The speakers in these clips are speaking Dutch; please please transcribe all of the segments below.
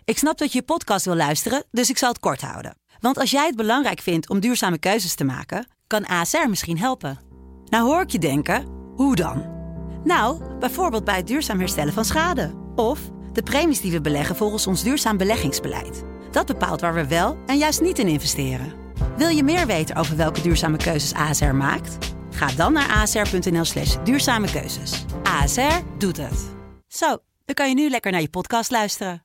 Ik snap dat je podcast wil luisteren, dus ik zal het kort houden. Want als jij het belangrijk vindt om duurzame keuzes te maken, kan ASR misschien helpen. Nou hoor ik je denken, hoe dan? Nou, bijvoorbeeld bij het duurzaam herstellen van schade. Of de premies die we beleggen volgens ons duurzaam beleggingsbeleid. Dat bepaalt waar we wel en juist niet in investeren. Wil je meer weten over welke duurzame keuzes ASR maakt? Ga dan naar asr.nl/duurzame keuzes. ASR doet het. Zo, dan kan je nu lekker naar je podcast luisteren.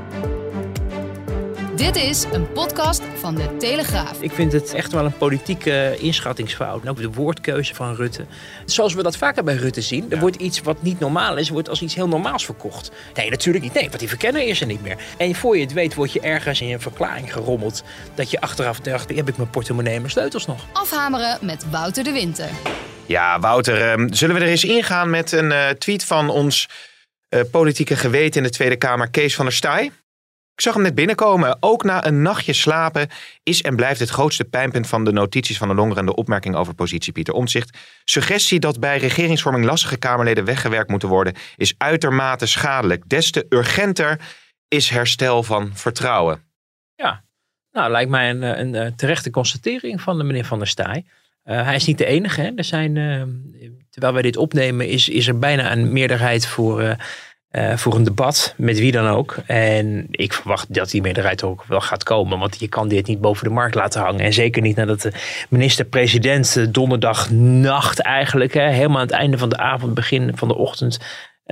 Dit is een podcast van De Telegraaf. Ik vind het echt wel een politieke inschattingsfout. En ook de woordkeuze van Rutte. Zoals we dat vaker bij Rutte zien. Er wordt iets wat niet normaal is, wordt als iets heel normaals verkocht. Nee, natuurlijk niet. Nee, want die verkenner is er niet meer. En voor je het weet word je ergens in een verklaring gerommeld. Dat je achteraf dacht, heb ik mijn portemonnee en mijn sleutels nog. Afhameren met Wouter de Winter. Ja, Wouter, zullen we er eens ingaan met een tweet van ons politieke geweten in de Tweede Kamer, Kees van der Staaij? Ik zag hem net binnenkomen. Ook na een nachtje slapen is en blijft het grootste pijnpunt van de notities van de Longeren de opmerking over positie Pieter Omtzigt. Suggestie dat bij regeringsvorming lastige Kamerleden weggewerkt moeten worden is uitermate schadelijk. Des te urgenter is herstel van vertrouwen. Ja, nou lijkt mij een terechte constatering van de meneer Van der Staaij. Hij is niet de enige. Hè. Er zijn, terwijl wij dit opnemen is er bijna een meerderheid voor een debat met wie dan ook. En ik verwacht dat die meerderheid ook wel gaat komen. Want je kan dit niet boven de markt laten hangen. En zeker niet nadat de minister-president donderdagnacht eigenlijk, helemaal aan het einde van de avond, begin van de ochtend,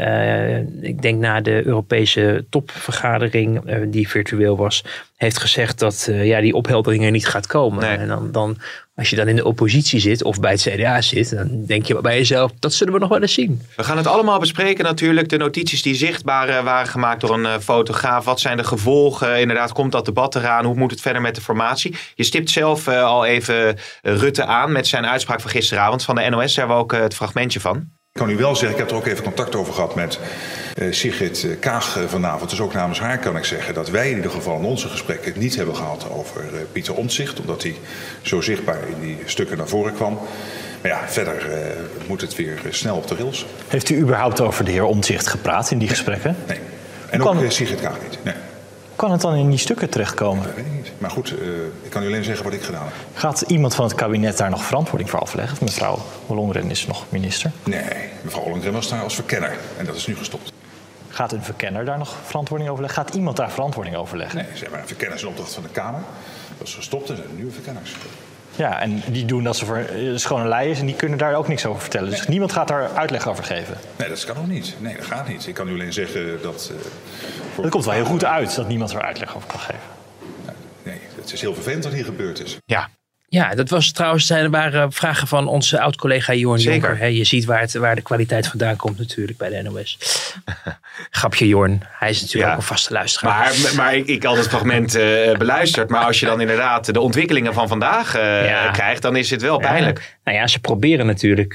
ik denk na de Europese topvergadering die virtueel was, heeft gezegd dat die opheldering er niet gaat komen. Nee. En dan als je dan in de oppositie zit of bij het CDA zit, dan denk je bij jezelf, dat zullen we nog wel eens zien. We gaan het allemaal bespreken natuurlijk. De notities die zichtbaar waren gemaakt door een fotograaf. Wat zijn de gevolgen? Inderdaad, komt dat debat eraan? Hoe moet het verder met de formatie? Je stipt zelf al even Rutte aan met zijn uitspraak van gisteravond van de NOS. Daar hebben we ook het fragmentje van. Ik kan u wel zeggen, ik heb er ook even contact over gehad met Sigrid Kaag vanavond. Dus ook namens haar kan ik zeggen dat wij in ieder geval in onze gesprekken het niet hebben gehad over Pieter Omtzigt. Omdat hij zo zichtbaar in die stukken naar voren kwam. Maar ja, verder moet het weer snel op de rails. Heeft u überhaupt over de heer Omtzigt gepraat in die gesprekken? Nee. En ook Sigrid Kaag niet. Nee. Kan het dan in die stukken terechtkomen? Dat weet ik niet. Maar goed, ik kan u alleen zeggen wat ik gedaan heb. Gaat iemand van het kabinet daar nog verantwoording voor afleggen? Of mevrouw Ollongren is nog minister? Nee, mevrouw Ollongren was daar als verkenner. En dat is nu gestopt. Gaat een verkenner daar nog verantwoording over leggen? Gaat iemand daar verantwoording over leggen? Nee, zeg maar, een verkenner is een opdracht van de Kamer. Dat is gestopt en er zijn nieuwe verkenners. Ja, en die doen dat ze voor schone lei is en die kunnen daar ook niks over vertellen. Dus niemand gaat daar uitleg over geven? Nee, dat kan nog niet. Nee, dat gaat niet. Ik kan u alleen zeggen dat... Het komt wel heel goed uit dat niemand er uitleg over kan geven. Nee, het is heel vervelend wat hier gebeurd is. Ja, dat was trouwens, waren vragen van onze oud-collega Jorn Jonker. Je ziet waar de kwaliteit vandaan komt natuurlijk bij de NOS. Grapje Jorn, hij is natuurlijk ook een vaste luisteraar. Maar ik had het fragment beluisterd. Maar als je dan inderdaad de ontwikkelingen van vandaag krijgt, dan is het wel pijnlijk. Nou ja, ze proberen natuurlijk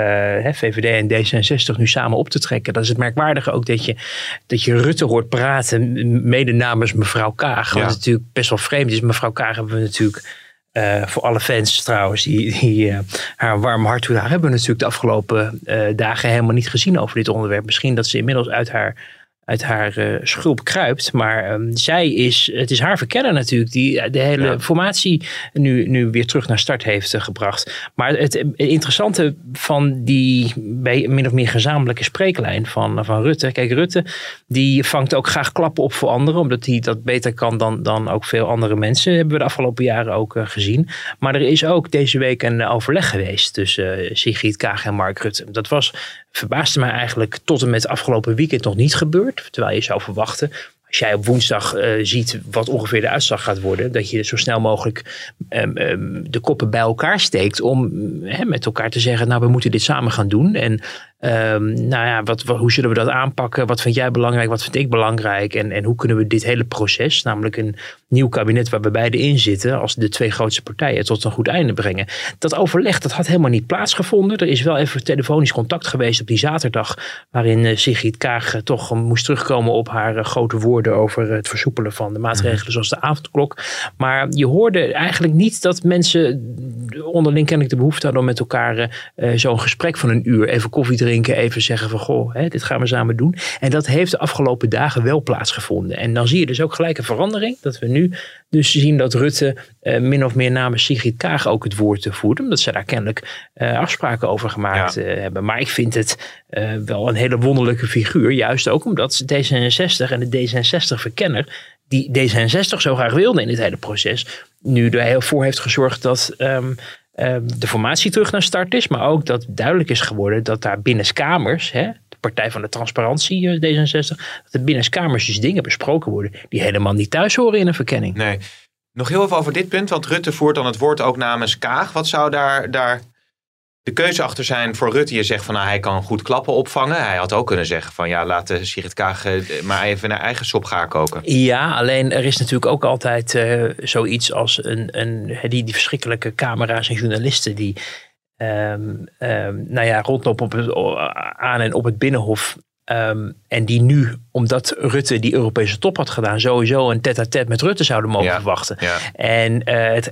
VVD en D66 nu samen op te trekken. Dat is het merkwaardige ook dat je Rutte hoort praten, mede namens mevrouw Kaag. Wat natuurlijk best wel vreemd is. Mevrouw Kaag hebben we natuurlijk... voor alle fans trouwens die haar een warm hart toedragen, hebben we natuurlijk de afgelopen dagen helemaal niet gezien over dit onderwerp. Misschien dat ze inmiddels uit haar schulp kruipt. Maar het is haar verkenner natuurlijk die de hele formatie nu weer terug naar start heeft gebracht. Maar het interessante van die min of meer gezamenlijke spreeklijn van Rutte. Kijk, Rutte die vangt ook graag klappen op voor anderen. Omdat hij dat beter kan dan ook veel andere mensen. Hebben we de afgelopen jaren ook gezien. Maar er is ook deze week een overleg geweest tussen Sigrid Kaag en Mark Rutte. Dat verbaasde mij eigenlijk tot en met afgelopen weekend nog niet gebeurd. Terwijl je zou verwachten, als jij op woensdag ziet wat ongeveer de uitslag gaat worden, dat je zo snel mogelijk de koppen bij elkaar steekt om met elkaar te zeggen, nou we moeten dit samen gaan doen. En hoe zullen we dat aanpakken? Wat vind jij belangrijk? Wat vind ik belangrijk? En hoe kunnen we dit hele proces, namelijk een nieuw kabinet waar we beide in zitten, als de twee grootste partijen, tot een goed einde brengen? Dat overleg, dat had helemaal niet plaatsgevonden. Er is wel even telefonisch contact geweest op die zaterdag, waarin Sigrid Kaag toch moest terugkomen op haar grote woorden over het versoepelen van de maatregelen zoals de avondklok. Maar je hoorde eigenlijk niet dat mensen onderling kennelijk de behoefte hadden om met elkaar zo'n gesprek van een uur even koffie drinken drinken even zeggen van goh, dit gaan we samen doen. En dat heeft de afgelopen dagen wel plaatsgevonden. En dan zie je dus ook gelijk een verandering. Dat we nu dus zien dat Rutte min of meer namens Sigrid Kaag ook het woord voert. Omdat ze daar kennelijk afspraken over gemaakt hebben. Maar ik vind het wel een hele wonderlijke figuur. Juist ook omdat D66 en de D66-verkenner die D66 zo graag wilde in dit hele proces, nu er heel voor heeft gezorgd dat de formatie terug naar start is. Maar ook dat duidelijk is geworden dat daar binnenskamers, de Partij van de Transparantie, D66, dat er binnenskamers dus dingen besproken worden die helemaal niet thuis horen in een verkenning. Nee. Nog heel even over dit punt, want Rutte voert dan het woord ook namens Kaag. Wat zou daar de keuze achter zijn voor Rutte? Je zegt van hij kan goed klappen opvangen. Hij had ook kunnen zeggen van laat Sigrid Kaag maar even naar eigen sop gaan koken. Ja, alleen er is natuurlijk ook altijd zoiets als die verschrikkelijke camera's en journalisten die rondlopen aan en op het Binnenhof. En die nu, omdat Rutte die Europese top had gedaan, sowieso een tête-à-tête met Rutte zouden mogen verwachten. Ja. En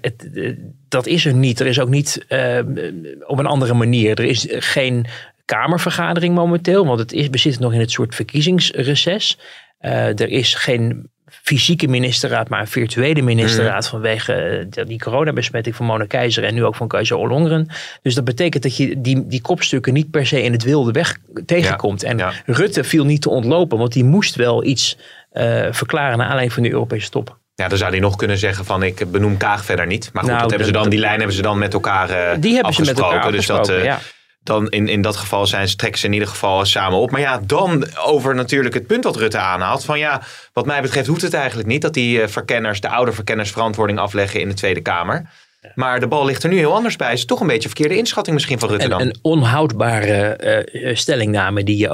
dat is er niet. Er is ook niet op een andere manier. Er is geen Kamervergadering momenteel, want we zitten nog in het soort verkiezingsreces. Er is geen fysieke ministerraad, maar een virtuele ministerraad vanwege die coronabesmetting van Mona Keizer en nu ook van Keizer Ollongren. Dus dat betekent dat je die kopstukken niet per se in het wilde weg tegenkomt. Rutte viel niet te ontlopen, want die moest wel iets verklaren naar aanleiding van de Europese top. Ja, dan zou hij nog kunnen zeggen van ik benoem Kaag verder niet. Maar goed, die lijn hebben ze dan met elkaar afgesproken. Die hebben ze met elkaar afgesproken, dus dan in dat geval trekken ze in ieder geval samen op. Maar dan over natuurlijk het punt wat Rutte aanhaalt. Van wat mij betreft hoeft het eigenlijk niet dat die de oude verkenners verantwoording afleggen in de Tweede Kamer. Maar de bal ligt er nu heel anders bij. Is het toch een beetje een verkeerde inschatting misschien van Rutte dan? Een onhoudbare stellingname die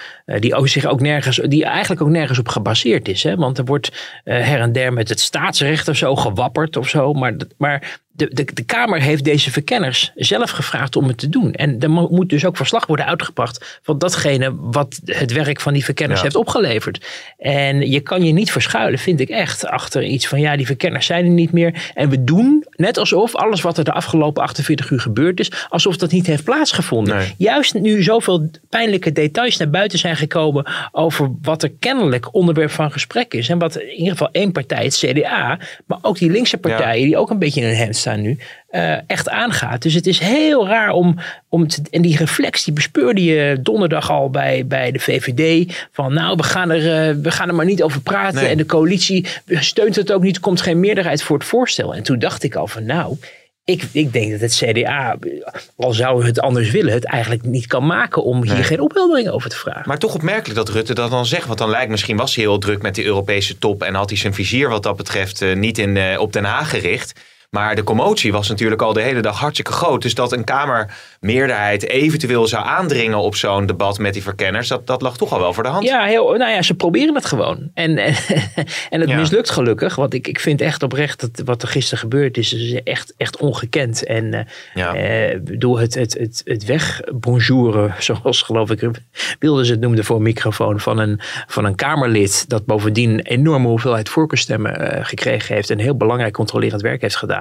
eigenlijk ook nergens op gebaseerd is. Hè? Want er wordt her en der met het staatsrecht of zo gewapperd of zo. Maar de Kamer heeft deze verkenners zelf gevraagd om het te doen. En er moet dus ook verslag worden uitgebracht van datgene wat het werk van die verkenners heeft opgeleverd. En je kan je niet verschuilen, vind ik echt, achter iets van die verkenners zijn er niet meer. En we doen net alsof alles wat er de afgelopen 48 uur gebeurd is, alsof dat niet heeft plaatsgevonden. Nee. Juist nu zoveel pijnlijke details naar buiten zijn gekomen over wat er kennelijk onderwerp van gesprek is. En wat in ieder geval één partij, het CDA, maar ook die linkse partijen die ook een beetje in hun hemd staan nu, echt aangaat. Dus het is heel raar en die reflectie bespeurde je donderdag al bij de VVD. Van we gaan er maar niet over praten. Nee. En de coalitie steunt het ook niet. Er komt geen meerderheid voor het voorstel. En toen dacht ik al van ik denk dat het CDA, al zou het anders willen, het eigenlijk niet kan maken om hier geen opheldering over te vragen. Maar toch opmerkelijk dat Rutte dat dan zegt. Want dan lijkt misschien was hij heel druk met de Europese top en had hij zijn vizier wat dat betreft niet op Den Haag gericht. Maar de commotie was natuurlijk al de hele dag hartstikke groot. Dus dat een Kamermeerderheid eventueel zou aandringen op zo'n debat met die verkenners, dat lag toch al wel voor de hand. Ja, ze proberen het gewoon. En het mislukt gelukkig. Want ik vind echt oprecht dat wat er gisteren gebeurd is echt ongekend. En door het wegbonjouren, zoals geloof ik Wilders het noemde voor een microfoon, van een Kamerlid dat bovendien een enorme hoeveelheid voorkeurstemmen gekregen heeft en heel belangrijk controlerend werk heeft gedaan.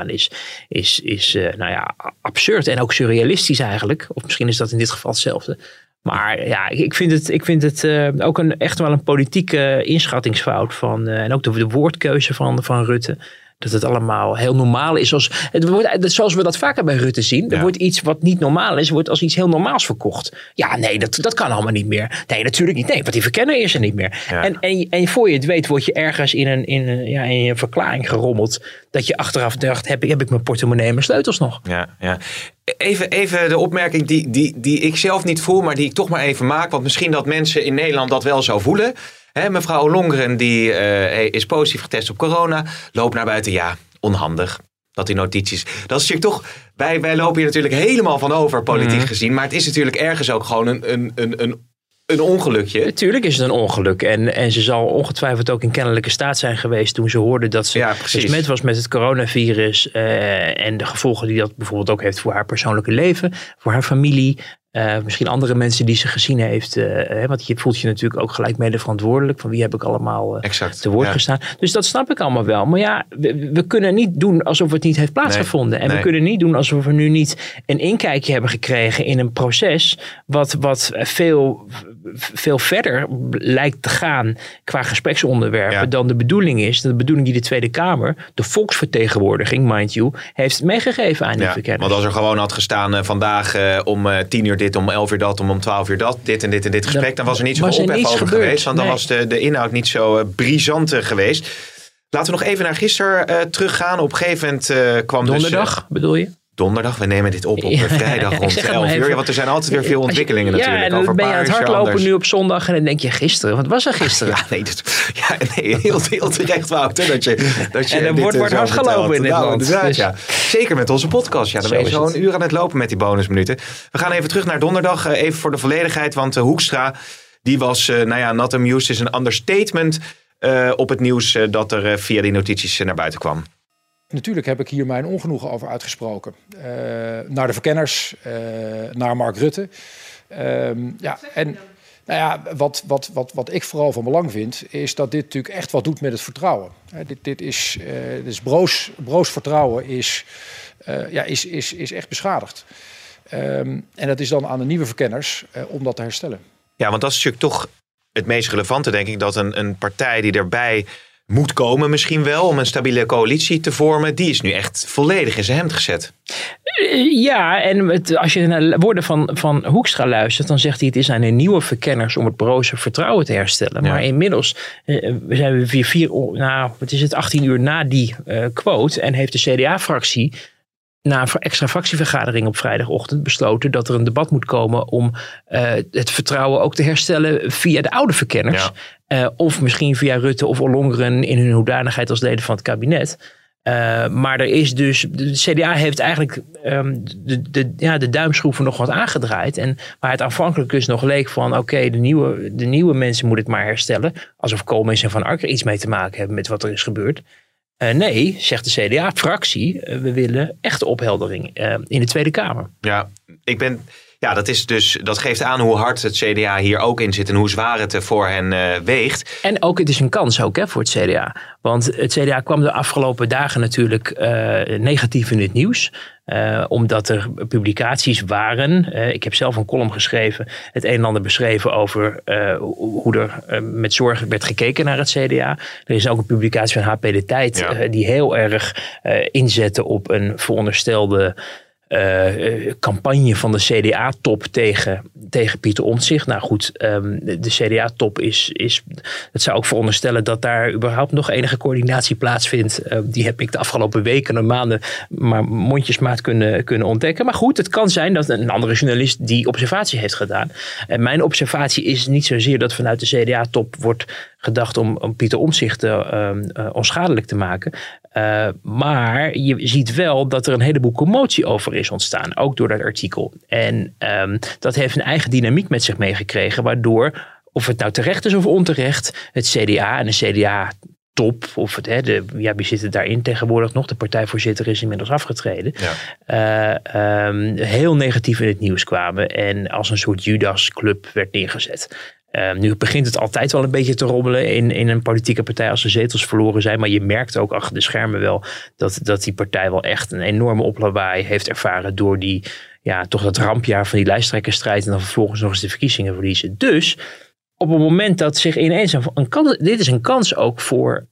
Is absurd en ook surrealistisch eigenlijk. Of misschien is dat in dit geval hetzelfde. Maar ik vind het ook echt wel een politieke inschattingsfout en ook de woordkeuze van Rutte. Dat het allemaal heel normaal is. Zoals we dat vaker bij Rutte zien. Er wordt iets wat niet normaal is, wordt als iets heel normaals verkocht. Ja, nee, dat kan allemaal niet meer. Nee, natuurlijk niet. Nee, want die verkenner is er niet meer. Ja. En voor je het weet word je ergens in een verklaring gerommeld. Dat je achteraf dacht, heb ik mijn portemonnee en mijn sleutels nog. Ja. Even de opmerking die ik zelf niet voel, maar die ik toch maar even maak. Want misschien dat mensen in Nederland dat wel zo voelen. Mevrouw Ollongren die is positief getest op corona. Loopt naar buiten. Ja, onhandig. Dat die notities. Dat is natuurlijk toch. Wij lopen hier natuurlijk helemaal van over, politiek gezien. Maar het is natuurlijk ergens ook gewoon een ongelukje. Natuurlijk is het een ongeluk. En ze zal ongetwijfeld ook in kennelijke staat zijn geweest toen ze hoorde dat ze besmet was met het coronavirus. En de gevolgen die dat bijvoorbeeld ook heeft voor haar persoonlijke leven, voor haar familie. Misschien andere mensen die ze gezien heeft. Want je voelt je natuurlijk ook gelijk mede verantwoordelijk. Van wie heb ik allemaal te woord gestaan. Dus dat snap ik allemaal wel. Maar ja, we kunnen niet doen alsof het niet heeft plaatsgevonden. En we kunnen niet doen alsof we nu niet een inkijkje hebben gekregen in een proces. Wat veel verder lijkt te gaan qua gespreksonderwerpen dan de bedoeling is. De bedoeling die de Tweede Kamer, de volksvertegenwoordiging, mind you, heeft meegegeven aan die verkenners. Want als er gewoon had gestaan vandaag om 10 uur dit, om 11 uur dat, om 12 uur dat, dit en dit en dit gesprek, dan was er niet zoveel ophef over geweest. Want dan was de inhoud niet zo brisant geweest. Laten we nog even naar gisteren teruggaan. Op een gegeven moment kwam donderdag, bedoel je? Donderdag, we nemen dit op vrijdag rond 11 uur. Want er zijn altijd weer veel ontwikkelingen natuurlijk. Ja, en dan ben je aan het hardlopen nu op zondag en dan denk je gisteren. Wat was er gisteren? Heel terecht, Wouter. Dat je en dan wordt hard gelopen in dit land. Dus. Ja. Zeker met onze podcast. Ja, dan ben je zo een uur aan het lopen met die bonusminuten. We gaan even terug naar donderdag. Even voor de volledigheid. Want Hoekstra, die was, not amused is een understatement op het nieuws dat er via die notities naar buiten kwam. Natuurlijk heb ik hier mijn ongenoegen over uitgesproken. Naar de verkenners, naar Mark Rutte. Wat ik vooral van belang vind, is dat dit natuurlijk echt wat doet met het vertrouwen. Dit is broos vertrouwen is echt beschadigd. En dat is dan aan de nieuwe verkenners om dat te herstellen. Ja, want dat is natuurlijk toch het meest relevante, denk ik, dat een partij die erbij moet komen misschien wel om een stabiele coalitie te vormen, die is nu echt volledig in zijn hemd gezet. Ja, en als je naar de woorden van Hoekstra luistert, dan zegt hij het is aan de nieuwe verkenners om het broze vertrouwen te herstellen. Ja. Maar inmiddels zijn we weer 18 uur na die quote en heeft de CDA-fractie na een extra fractievergadering op vrijdagochtend besloten dat er een debat moet komen om het vertrouwen ook te herstellen via de oude verkenners. Ja. Of misschien via Rutte of Ollongren in hun hoedanigheid als leden van het kabinet. Maar er is dus, de CDA heeft eigenlijk de duimschroeven nog wat aangedraaid. En waar het aanvankelijk dus nog leek van oké, de nieuwe mensen moet het maar herstellen. Alsof Koolmees en Van Ark er iets mee te maken hebben met wat er is gebeurd. Nee, zegt de CDA-fractie, we willen echte opheldering in de Tweede Kamer. Ja, dat geeft aan hoe hard het CDA hier ook in zit en hoe zwaar het voor hen weegt. En ook, het is een kans ook voor het CDA. Want het CDA kwam de afgelopen dagen natuurlijk negatief in het nieuws. Omdat er publicaties waren. Ik heb zelf een column geschreven. Het een en ander beschreven over hoe er met zorg werd gekeken naar het CDA. Er is ook een publicatie van HP De Tijd. Die heel erg inzette op een veronderstelde campagne van de CDA-top tegen Pieter Omtzigt. Nou goed, de CDA-top het zou ook veronderstellen dat daar überhaupt nog enige coördinatie plaatsvindt. Die heb ik de afgelopen weken en maanden maar mondjesmaat kunnen ontdekken. Maar goed, het kan zijn dat een andere journalist die observatie heeft gedaan. En mijn observatie is niet zozeer dat vanuit de CDA-top wordt gedacht om Pieter Omtzigt onschadelijk te maken. Maar je ziet wel dat er een heleboel commotie over is ontstaan. Ook door dat artikel. En dat heeft een eigen dynamiek met zich meegekregen. Waardoor, of het nou terecht is of onterecht, het CDA en de CDA-top, of wie zit het daarin tegenwoordig nog? De partijvoorzitter is inmiddels afgetreden. Ja. Heel negatief in het nieuws kwamen. En als een soort Judas-club werd neergezet. Nu begint het altijd wel een beetje te rommelen in een politieke partij als de zetels verloren zijn. Maar je merkt ook achter de schermen wel dat die partij wel echt een enorme oplawaai heeft ervaren door toch dat rampjaar van die lijsttrekkersstrijd en dan vervolgens nog eens de verkiezingen verliezen. Dus op het moment dat zich ineens dit is een kans ook voor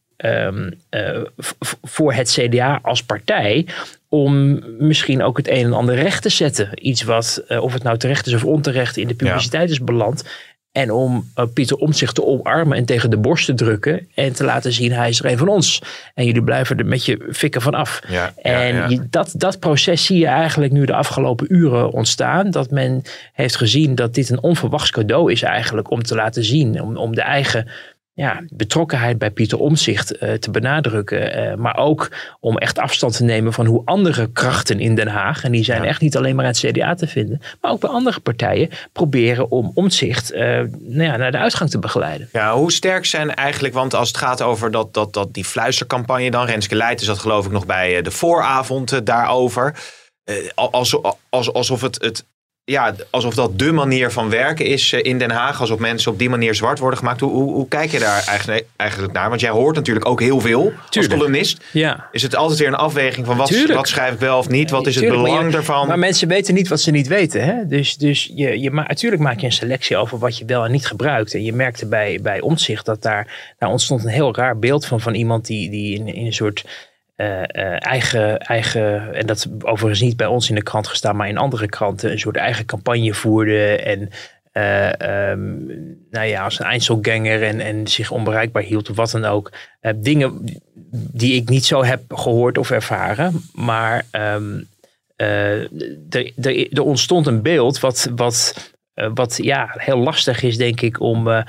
het CDA als partij om misschien ook het een en ander recht te zetten. Iets wat, of het nou terecht is of onterecht, in de publiciteit is beland. En om Pieter Omtzigt te omarmen en tegen de borst te drukken. En te laten zien, hij is er een van ons. En jullie blijven er met je fikken van af. Dat proces zie je eigenlijk nu de afgelopen uren ontstaan. Dat men heeft gezien dat dit een onverwachts cadeau is eigenlijk. Om te laten zien, om de eigen betrokkenheid bij Pieter Omtzigt te benadrukken. Maar ook om echt afstand te nemen van hoe andere krachten in Den Haag, en die zijn echt niet alleen maar aan het CDA te vinden, maar ook bij andere partijen proberen om Omtzigt naar de uitgang te begeleiden. Ja, hoe sterk zijn eigenlijk, want als het gaat over die fluistercampagne dan, Renske Leijten zat geloof ik nog bij de vooravond daarover. Alsof het alsof dat de manier van werken is in Den Haag. Alsof mensen op die manier zwart worden gemaakt. Hoe kijk je daar eigenlijk naar? Want jij hoort natuurlijk ook heel veel als columnist. Ja. Is het altijd weer een afweging van wat schrijf ik wel of niet? Wat is het belang daarvan? Maar mensen weten niet wat ze niet weten. Hè? Dus natuurlijk maak je een selectie over wat je wel en niet gebruikt. En je merkte bij Omtzigt dat daar ontstond een heel raar beeld van iemand die in een soort eigen, en dat overigens niet bij ons in de krant gestaan, maar in andere kranten, een soort eigen campagne voerde en als een Einzelganger en zich onbereikbaar hield of wat dan ook. Dingen die ik niet zo heb gehoord of ervaren, maar er ontstond een beeld wat heel lastig is, denk ik,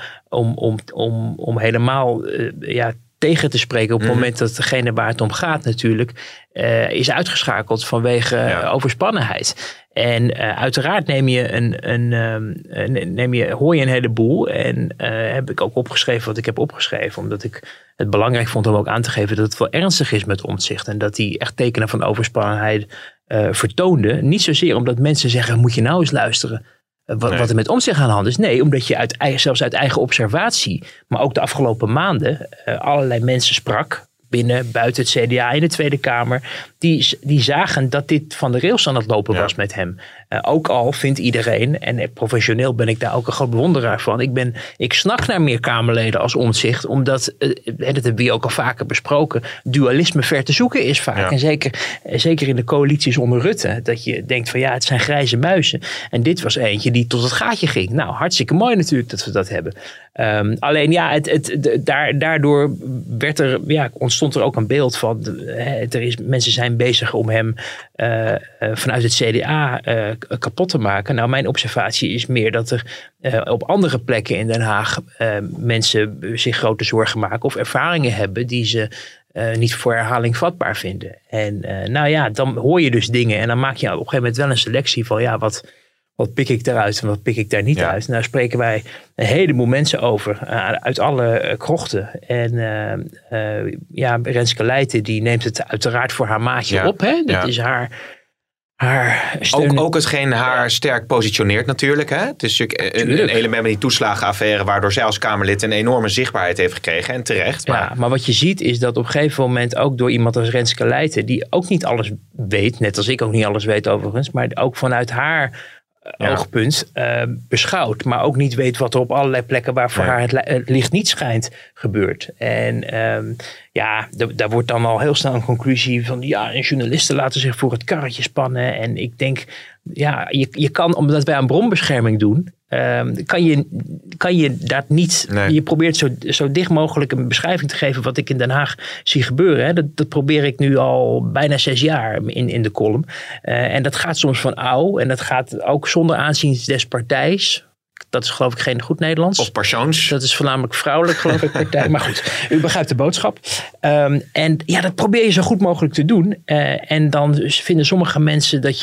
om helemaal tegen te spreken op het moment dat degene waar het om gaat natuurlijk is uitgeschakeld vanwege overspannenheid. En uiteraard hoor je een heleboel en heb ik ook opgeschreven wat ik heb opgeschreven, omdat ik het belangrijk vond om ook aan te geven dat het wel ernstig is met Omtzigt en dat hij echt tekenen van overspannenheid vertoonde. Niet zozeer omdat mensen zeggen, moet je nou eens luisteren wat er met Omtzigt aan de hand is. Nee, omdat je zelfs uit eigen observatie, maar ook de afgelopen maanden, allerlei mensen sprak, binnen, buiten het CDA in de Tweede Kamer, die zagen dat dit van de rails aan het lopen was met hem. Ook al vindt iedereen, en professioneel ben ik daar ook een groot bewonderaar van, ik snak naar meer Kamerleden als Omtzigt, omdat, dat hebben we ook al vaker besproken, dualisme ver te zoeken is vaak. En zeker in de coalities onder Rutte, dat je denkt van het zijn grijze muizen. En dit was eentje die tot het gaatje ging. Nou, hartstikke mooi natuurlijk dat we dat hebben. Alleen daardoor ontstond er ook een beeld van, mensen zijn bezig om hem vanuit het CDA kapot te maken. Nou, mijn observatie is meer dat er op andere plekken in Den Haag mensen zich grote zorgen maken of ervaringen hebben die ze niet voor herhaling vatbaar vinden. En dan hoor je dus dingen en dan maak je op een gegeven moment wel een selectie van wat pik ik daaruit en wat pik ik daar niet uit? Nou spreken wij een heleboel mensen over uit alle krochten. En Renske Leijten die neemt het uiteraard voor haar maatje op. Hè? Dat is haar steun. Ook hetgeen haar sterk positioneert natuurlijk. Hè? Het is natuurlijk een element met die toeslagenaffaire waardoor zij als Kamerlid een enorme zichtbaarheid heeft gekregen. En terecht. Maar wat je ziet is dat op een gegeven moment ook door iemand als Renske Leijten, die ook niet alles weet, net als ik ook niet alles weet overigens, maar ook vanuit haar oogpunt beschouwt, maar ook niet weet wat er op allerlei plekken waar voor haar het licht niet schijnt gebeurt. En daar wordt dan al heel snel een conclusie van en journalisten laten zich voor het karretje spannen. En ik denk, je kan, omdat wij aan bronbescherming doen, kan je dat niet. Nee. Je probeert zo dicht mogelijk een beschrijving te geven wat ik in Den Haag zie gebeuren. Hè. Dat probeer ik nu al bijna 6 jaar in de column. En dat gaat soms van ouw. En dat gaat ook zonder aanzien des partijs. Dat is geloof ik geen goed Nederlands. Of persoons. Dat is voornamelijk vrouwelijk geloof ik partij. Maar goed, u begrijpt de boodschap. En dat probeer je zo goed mogelijk te doen. En dan vinden sommige mensen dat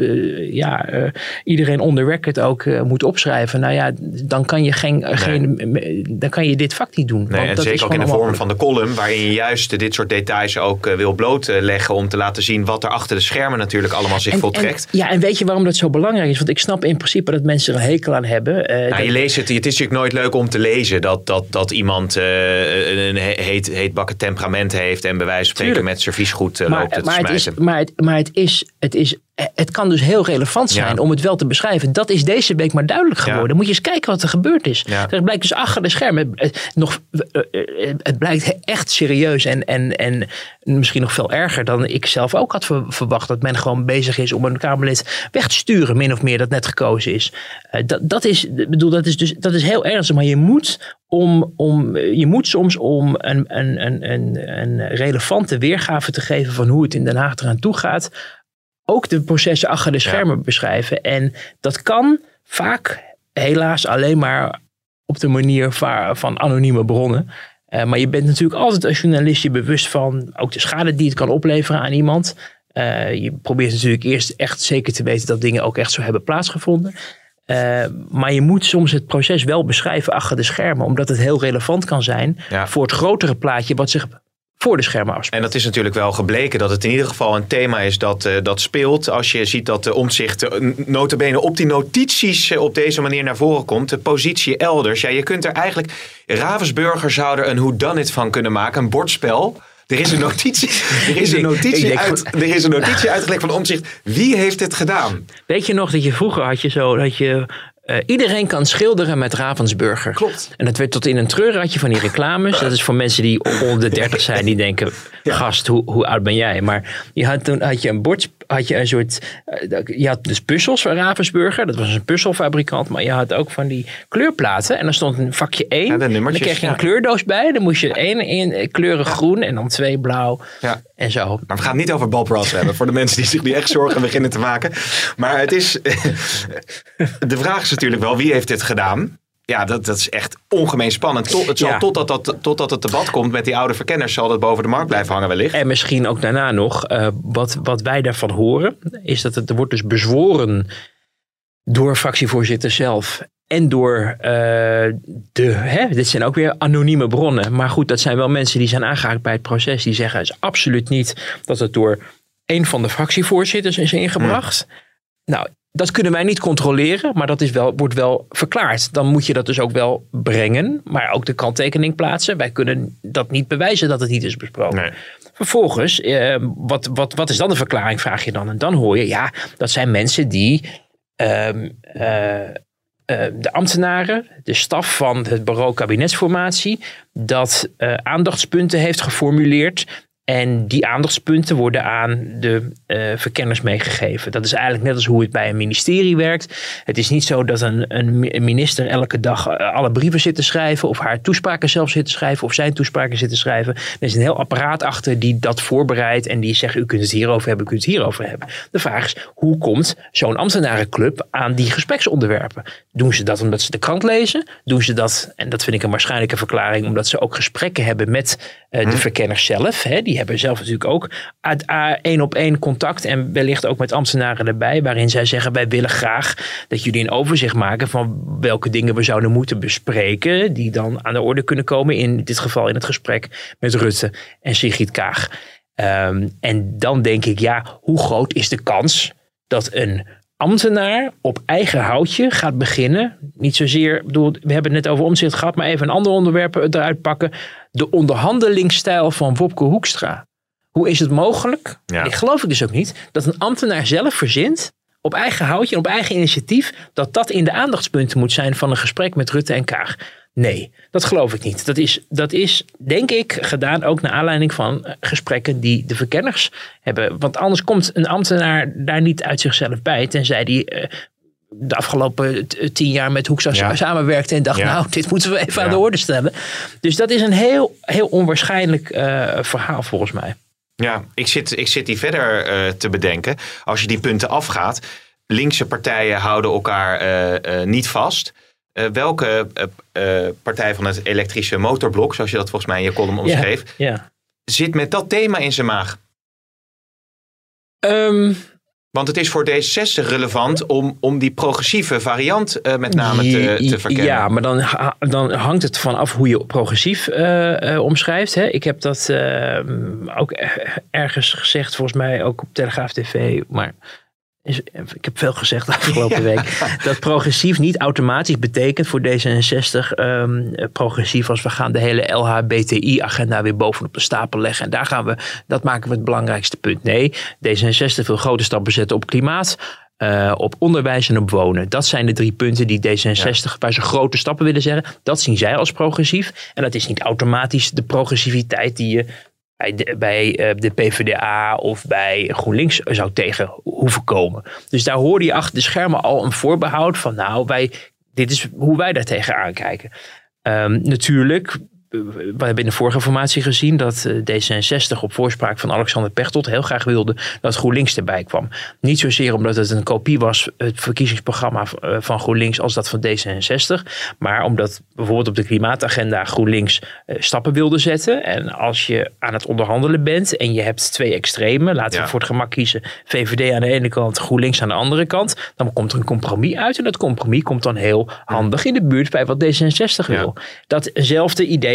je iedereen on the record ook moet opschrijven. Dan kan je dan kan je dit vak niet doen. Nee, en dat zeker ook in de vorm van de column, waarin je juist dit soort details ook wil blootleggen om te laten zien wat er achter de schermen natuurlijk allemaal zich voltrekt. En weet je waarom dat zo belangrijk is? Want ik snap in principe dat mensen er een hekel aan hebben. Je leest het is natuurlijk nooit leuk om te lezen dat iemand een heetbakken temperament heeft en bij wijze van spreken met serviesgoed loopt te smijten. Het kan dus heel relevant zijn om het wel te beschrijven. Dat is deze week maar duidelijk geworden. Dan moet je eens kijken wat er gebeurd is. Er blijkt dus achter de schermen. Het blijkt echt serieus en misschien nog veel erger dan ik zelf ook had verwacht. Dat men gewoon bezig is om een Kamerlid weg te sturen, min of meer, dat net gekozen is. Dat is heel ernstig. Maar je moet soms om een relevante weergave te geven van hoe het in Den Haag eraan toe gaat, ook de processen achter de schermen beschrijven. En dat kan vaak helaas alleen maar op de manier van anonieme bronnen. Maar je bent natuurlijk altijd als journalist je bewust van ook de schade die het kan opleveren aan iemand. Je probeert natuurlijk eerst echt zeker te weten dat dingen ook echt zo hebben plaatsgevonden. Maar je moet soms het proces wel beschrijven achter de schermen, omdat het heel relevant kan zijn voor het grotere plaatje wat zich voor de schermen afspeelt. En dat is natuurlijk wel gebleken dat het in ieder geval een thema is dat speelt. Als je ziet dat de Omtzigt nota bene op die notities op deze manier naar voren komt. De positie elders. Ja, je kunt er eigenlijk... Ravensburger zou er een whodunit van kunnen maken. Een bordspel. Er is een notitie uitgelegd van Omtzigt. Wie heeft het gedaan? Weet je nog dat je vroeger had je zo... dat je iedereen kan schilderen met Ravensburger. Klopt. En dat werd tot in een treuratje van die reclames. Dat is voor mensen die onder de 30 zijn. Die denken, gast, hoe oud ben jij? Maar toen had je een bord... Je had dus puzzels van Ravensburger. Dat was een puzzelfabrikant. Maar je had ook van die kleurplaten. En dan stond een vakje 1. Ja, en dan kreeg je een kleurdoos bij. Dan moest je 1 kleuren groen en dan 2 blauw. Ja. En zo. Maar we gaan het niet over Bob Ross hebben. Voor de mensen die zich nu echt zorgen beginnen te maken. Maar het is... De vraag is natuurlijk wel, wie heeft dit gedaan? Ja, dat is echt ongemeen spannend. Totdat het debat komt met die oude verkenners... zal dat boven de markt blijven hangen wellicht. En misschien ook daarna nog. Wat wij daarvan horen... is dat er wordt dus bezworen... door fractievoorzitter zelf... en door dit zijn ook weer anonieme bronnen. Maar goed, dat zijn wel mensen die zijn aangehaakt bij het proces. Die zeggen, het is absoluut niet dat het door een van de fractievoorzitters is ingebracht. Nou, dat kunnen wij niet controleren, maar dat wordt wel verklaard. Dan moet je dat dus ook wel brengen, maar ook de kanttekening plaatsen. Wij kunnen dat niet bewijzen dat het niet is besproken. Nee. Vervolgens, wat is dan de verklaring, vraag je dan. En dan hoor je, dat zijn mensen die... de ambtenaren, de staf van het bureau kabinetsformatie, dat aandachtspunten heeft geformuleerd. En die aandachtspunten worden aan de verkenners meegegeven. Dat is eigenlijk net als hoe het bij een ministerie werkt. Het is niet zo dat een minister elke dag alle brieven zit te schrijven... of haar toespraken zelf zit te schrijven... of zijn toespraken zit te schrijven. Er is een heel apparaat achter die dat voorbereidt... en die zegt, u kunt het hierover hebben, u kunt het hierover hebben. De vraag is, hoe komt zo'n ambtenarenclub aan die gespreksonderwerpen? Doen ze dat omdat ze de krant lezen? Doen ze dat, en dat vind ik een waarschijnlijke verklaring... omdat ze ook gesprekken hebben met de verkenners zelf... Die hebben zelf natuurlijk ook 1-op-1 contact en wellicht ook met ambtenaren erbij, waarin zij zeggen, wij willen graag dat jullie een overzicht maken van welke dingen we zouden moeten bespreken, die dan aan de orde kunnen komen, in dit geval in het gesprek met Rutte en Sigrid Kaag. En dan denk ik, hoe groot is de kans dat een ambtenaar op eigen houtje gaat beginnen. Niet zozeer, we hebben het net over Omtzigt gehad, maar even een ander onderwerp eruit pakken. De onderhandelingsstijl van Wopke Hoekstra. Hoe is het mogelijk? Ja. Ik geloof ik dus ook niet dat een ambtenaar zelf verzint op eigen houtje en op eigen initiatief dat in de aandachtspunten moet zijn van een gesprek met Rutte en Kaag. Nee, dat geloof ik niet. Dat is denk ik gedaan ook naar aanleiding van gesprekken die de verkenners hebben. Want anders komt een ambtenaar daar niet uit zichzelf bij, tenzij die de afgelopen 10 jaar met Hoekstra samenwerkte en dacht, dit moeten we even aan de orde stellen. Dus dat is een heel, heel onwaarschijnlijk verhaal volgens mij. Ja, ik zit die verder te bedenken. Als je die punten afgaat, linkse partijen houden elkaar niet vast. Welke partij van het elektrische motorblok, zoals je dat volgens mij in je column omschreef, zit met dat thema in zijn maag? Want het is voor D66 relevant om die progressieve variant met name te verkennen. Ja, maar dan hangt het vanaf hoe je progressief omschrijft. Hè. Ik heb dat ook ergens gezegd, volgens mij ook op Telegraaf TV, maar ik heb veel gezegd de afgelopen week. Dat progressief niet automatisch betekent voor D66 progressief als we gaan de hele LHBTI-agenda weer bovenop de stapel leggen. En dat maken we het belangrijkste punt. Nee, D66 wil grote stappen zetten op klimaat, op onderwijs en op wonen. Dat zijn de 3 punten die D66, waar ze grote stappen willen zeggen. Dat zien zij als progressief. En dat is niet automatisch de progressiviteit die je bij de PvdA of bij GroenLinks zou tegen hoeven komen. Dus daar hoorde je achter de schermen al een voorbehoud van dit is hoe wij daar tegenaan kijken. Natuurlijk, we hebben in de vorige formatie gezien dat D66 op voorspraak van Alexander Pechtold heel graag wilde dat GroenLinks erbij kwam. Niet zozeer omdat het een kopie was, het verkiezingsprogramma van GroenLinks, als dat van D66. Maar omdat bijvoorbeeld op de klimaatagenda GroenLinks stappen wilde zetten. En als je aan het onderhandelen bent en je hebt 2 extremen, laten we voor het gemak kiezen, VVD aan de ene kant, GroenLinks aan de andere kant, dan komt er een compromis uit. En dat compromis komt dan heel handig in de buurt bij wat D66 wil. Datzelfde idee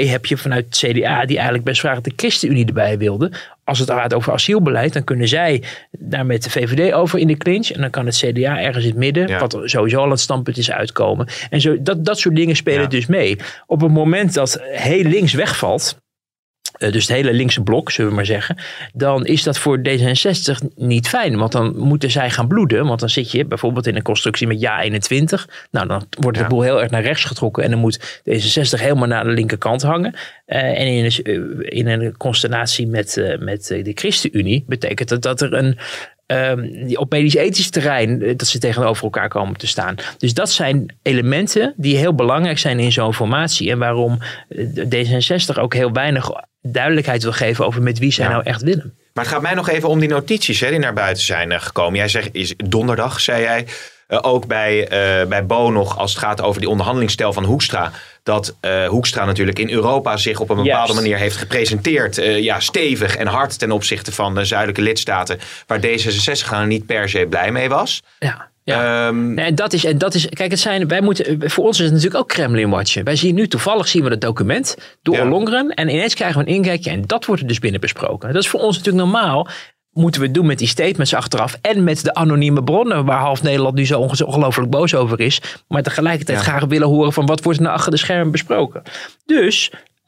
heb je vanuit het CDA die eigenlijk best graag de ChristenUnie erbij wilde. Als het gaat over asielbeleid, dan kunnen zij daar met de VVD over in de clinch. En dan kan het CDA ergens in het midden, wat sowieso al het standpunt is, uitkomen. En zo, dat soort dingen spelen dus mee. Op het moment dat heel links wegvalt, dus het hele linkse blok, zullen we maar zeggen, dan is dat voor D66 niet fijn. Want dan moeten zij gaan bloeden. Want dan zit je bijvoorbeeld in een constructie met Ja21. Nou, dan wordt de boel heel erg naar rechts getrokken. En dan moet D66 helemaal naar de linkerkant hangen. En in een constellatie met de ChristenUnie betekent dat er op medisch-ethisch terrein, dat ze tegenover elkaar komen te staan. Dus dat zijn elementen die heel belangrijk zijn in zo'n formatie. En waarom D66 ook heel weinig duidelijkheid wil geven over met wie zij nou echt willen. Maar het gaat mij nog even om die notities die naar buiten zijn gekomen. Jij zegt, donderdag zei jij ook bij Bo nog, als het gaat over die onderhandelingsstijl van Hoekstra, dat Hoekstra natuurlijk in Europa zich op een bepaalde manier heeft gepresenteerd. Stevig en hard ten opzichte van de zuidelijke lidstaten, waar D66 er niet per se blij mee was. Ja. Ja. En dat is. Kijk, voor ons is het natuurlijk ook Kremlin-watchen. Wij zien nu toevallig we het document door Ollongren. En ineens krijgen we een inkijkje. En dat wordt er dus binnen besproken. Dat is voor ons natuurlijk normaal. Moeten we het doen met die statements achteraf. En met de anonieme bronnen. Waar half Nederland nu zo ongelooflijk boos over is. Maar tegelijkertijd graag willen horen van wat wordt er nou achter de schermen besproken. Dus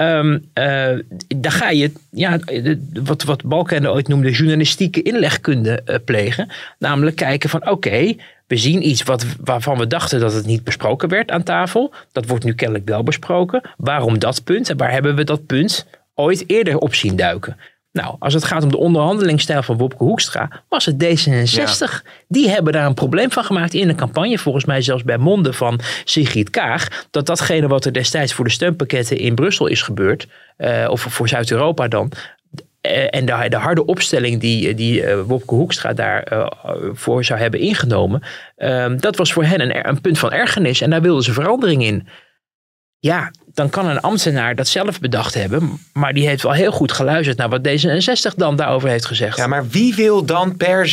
dan ga je wat Balkenende ooit noemde journalistieke inlegkunde plegen. Namelijk kijken van oké, we zien iets waarvan we dachten dat het niet besproken werd aan tafel. Dat wordt nu kennelijk wel besproken. Waarom dat punt? En waar hebben we dat punt ooit eerder op zien duiken? Nou, als het gaat om de onderhandelingsstijl van Wopke Hoekstra, was het D66. Ja. Die hebben daar een probleem van gemaakt in de campagne. Volgens mij zelfs bij monden van Sigrid Kaag. Datgene wat er destijds voor de steunpakketten in Brussel is gebeurd, of voor Zuid-Europa dan, en de harde opstelling die Wopke Hoekstra daarvoor zou hebben ingenomen, dat was voor hen een punt van ergernis. En daar wilden ze verandering in. Ja, dan kan een ambtenaar dat zelf bedacht hebben. Maar die heeft wel heel goed geluisterd naar wat D66 dan daarover heeft gezegd. Ja, maar wie wil dan per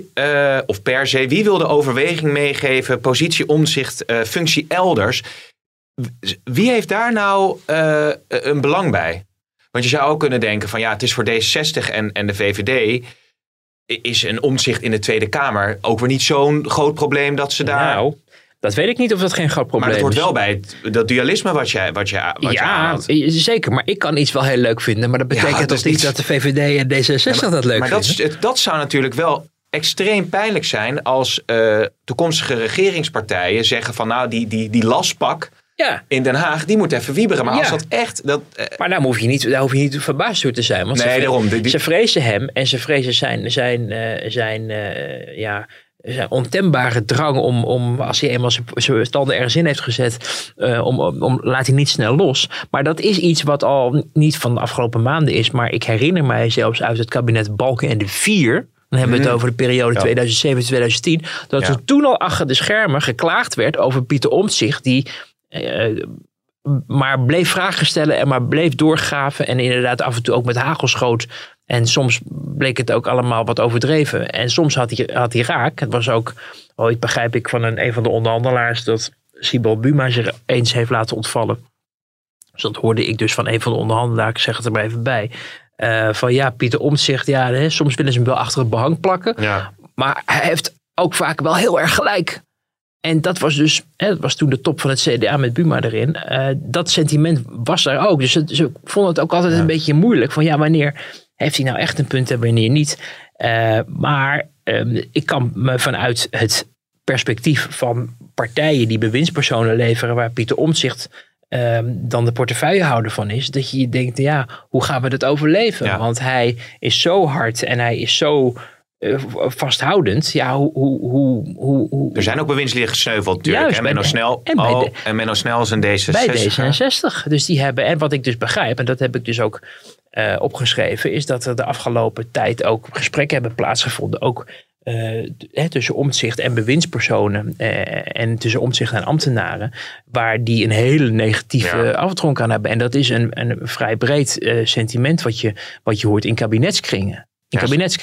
se, wie wil de overweging meegeven, positie, omzicht, functie elders? Wie heeft daar nou een belang bij? Want je zou ook kunnen denken van het is voor D66 en de VVD is een omzicht in de Tweede Kamer ook weer niet zo'n groot probleem dat ze daar... Nou, dat weet ik niet of dat geen groot probleem is. Maar het hoort wel bij dat dualisme wat je aanhaalt. Ja, zeker. Maar ik kan iets wel heel leuk vinden. Maar dat betekent dus niet dat de VVD en D66 dat leuk vinden. Maar dat zou natuurlijk wel extreem pijnlijk zijn als toekomstige regeringspartijen zeggen van die laspak in Den Haag, die moet even wieberen. Maar als dat echt... Maar daar hoef je niet verbaasd door te zijn. Want ze vrezen hem en ze vrezen zijn ontembare drang om als hij eenmaal zijn standen ergens in heeft gezet, laat hij niet snel los. Maar dat is iets wat al niet van de afgelopen maanden is. Maar ik herinner mij zelfs uit het kabinet Balkenende 4... Dan hebben we het over de periode 2007-2010. Dat er toen al achter de schermen geklaagd werd over Pieter Omtzigt, die maar bleef vragen stellen en maar bleef doorgraven. En inderdaad af en toe ook met hagel schoot. En soms bleek het ook allemaal wat overdreven. En soms had hij raak. Het was ook ooit, begrijp ik, van een van de onderhandelaars dat Sibyl Buma zich eens heeft laten ontvallen. Dus dat hoorde ik dus van een van de onderhandelaars, ik zeg het er maar even bij. Van Pieter Omtzigt, soms willen ze hem wel achter het behang plakken. Ja. Maar hij heeft ook vaak wel heel erg gelijk. En dat was dus, dat was toen de top van het CDA met Buma erin. Dat sentiment was er ook. Dus ze vonden het ook altijd een beetje moeilijk. Van wanneer heeft hij nou echt een punt en wanneer niet? Maar ik kan me vanuit het perspectief van partijen die bewindspersonen leveren, waar Pieter Omtzigt dan de portefeuillehouder van is, dat je denkt, hoe gaan we dat overleven? Ja. Want hij is zo hard en hij is zo vasthoudend. Er zijn ook bewindslieden gesneuveld natuurlijk. Juist, en Menno Snel is een D66. Bij D66. Dus die hebben, en wat ik dus begrijp, en dat heb ik dus ook opgeschreven, is dat er de afgelopen tijd ook gesprekken hebben plaatsgevonden. Ook tussen Omtzigt en bewindspersonen en tussen Omtzigt en ambtenaren, waar die een hele negatieve afdronk aan hebben. En dat is een vrij breed sentiment wat je hoort in kabinetskringen.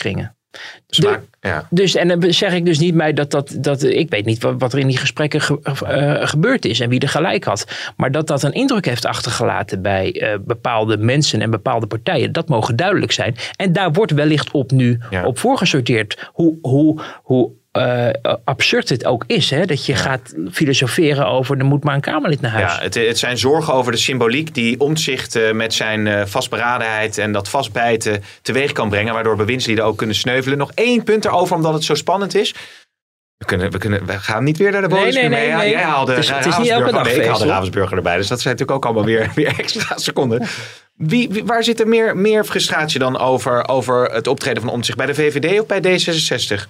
Dus, en dan zeg ik dus niet mij dat ik weet niet wat er in die gesprekken gebeurd is en wie er gelijk had. Maar dat een indruk heeft achtergelaten bij bepaalde mensen en bepaalde partijen, dat mogen duidelijk zijn. En daar wordt wellicht op voorgesorteerd hoe absurd het ook is. Hè? Dat je gaat filosoferen over er moet maar een Kamerlid naar huis. Ja, het zijn zorgen over de symboliek die Omtzigt met zijn vastberadenheid en dat vastbijten teweeg kan brengen. Waardoor bewindslieden ook kunnen sneuvelen. Nog 1 punt erover omdat het zo spannend is. We gaan niet weer naar de bonuspunt mee. Nee. Jij haalde het is niet elke dag. Ik haalde Ravensburger erbij. Dus dat zijn natuurlijk ook allemaal weer extra seconden. Waar zit er meer frustratie dan over het optreden van Omtzigt? Bij de VVD of bij D66?